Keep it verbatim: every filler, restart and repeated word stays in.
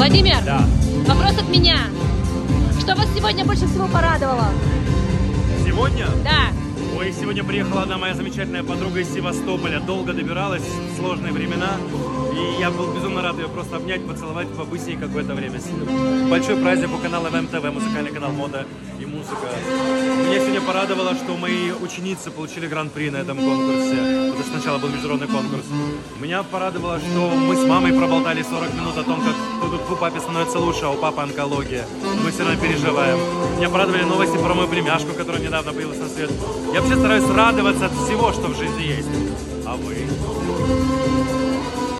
Владимир, Да. вопрос от меня. Что вас сегодня больше всего порадовало? Сегодня? Да. Ой, сегодня приехала одна моя замечательная подруга из Севастополя. Долго добиралась, в сложные времена. И я был безумно рад ее просто обнять, поцеловать, побыть с ней какое-то время. Большой праздник у канала эм эм тэ вэ, музыкальный канал «Мода и музыка». Меня сегодня порадовало, что мои ученицы получили гран-при на этом конкурсе. Потому что сначала был международный конкурс. Меня порадовало, что мы с мамой проболтали сорок минут о том, как у папе становится лучше, а у папы онкология. Мы все равно переживаем. Меня порадовали новости про мою племяшку, которая недавно появилась на свет. Я вообще стараюсь радоваться от всего, что в жизни есть. А вы?